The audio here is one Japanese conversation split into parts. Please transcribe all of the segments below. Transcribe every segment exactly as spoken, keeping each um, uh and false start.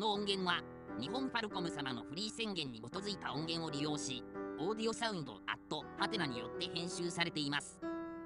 の音源は、日本ファルコム様のフリー宣言に基づいた音源を利用し、オーディオサウンドアットハテナによって編集されています。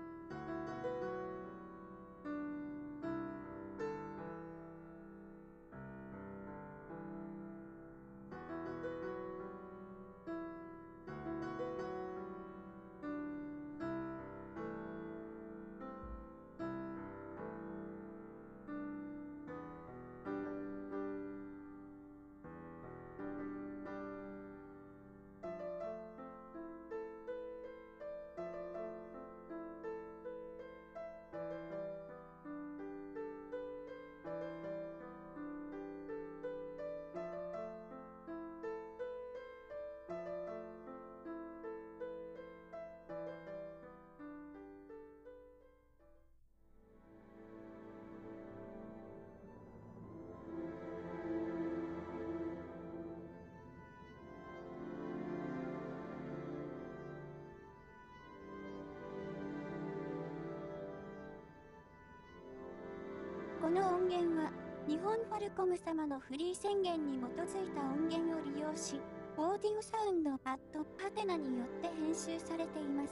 この音源は、日本ファルコム様のフリー宣言に基づいた音源を利用し、オーディオサウンドアットハテナによって編集されています。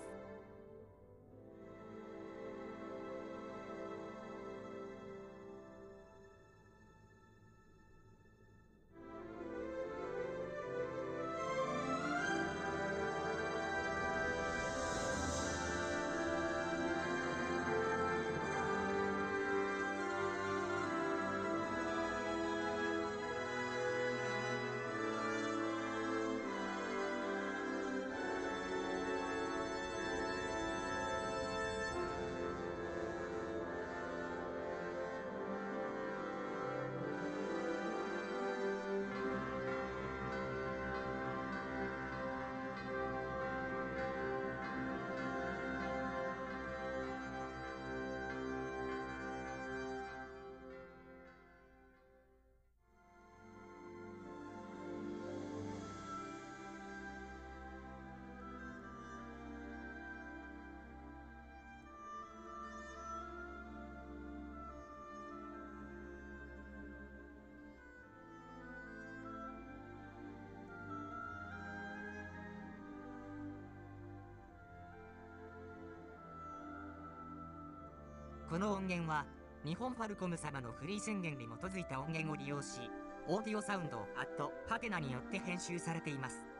この音源は、日本ファルコム様のフリー宣言に基づいた音源を利用し、オーディオサウンドアットハテナによって編集されています。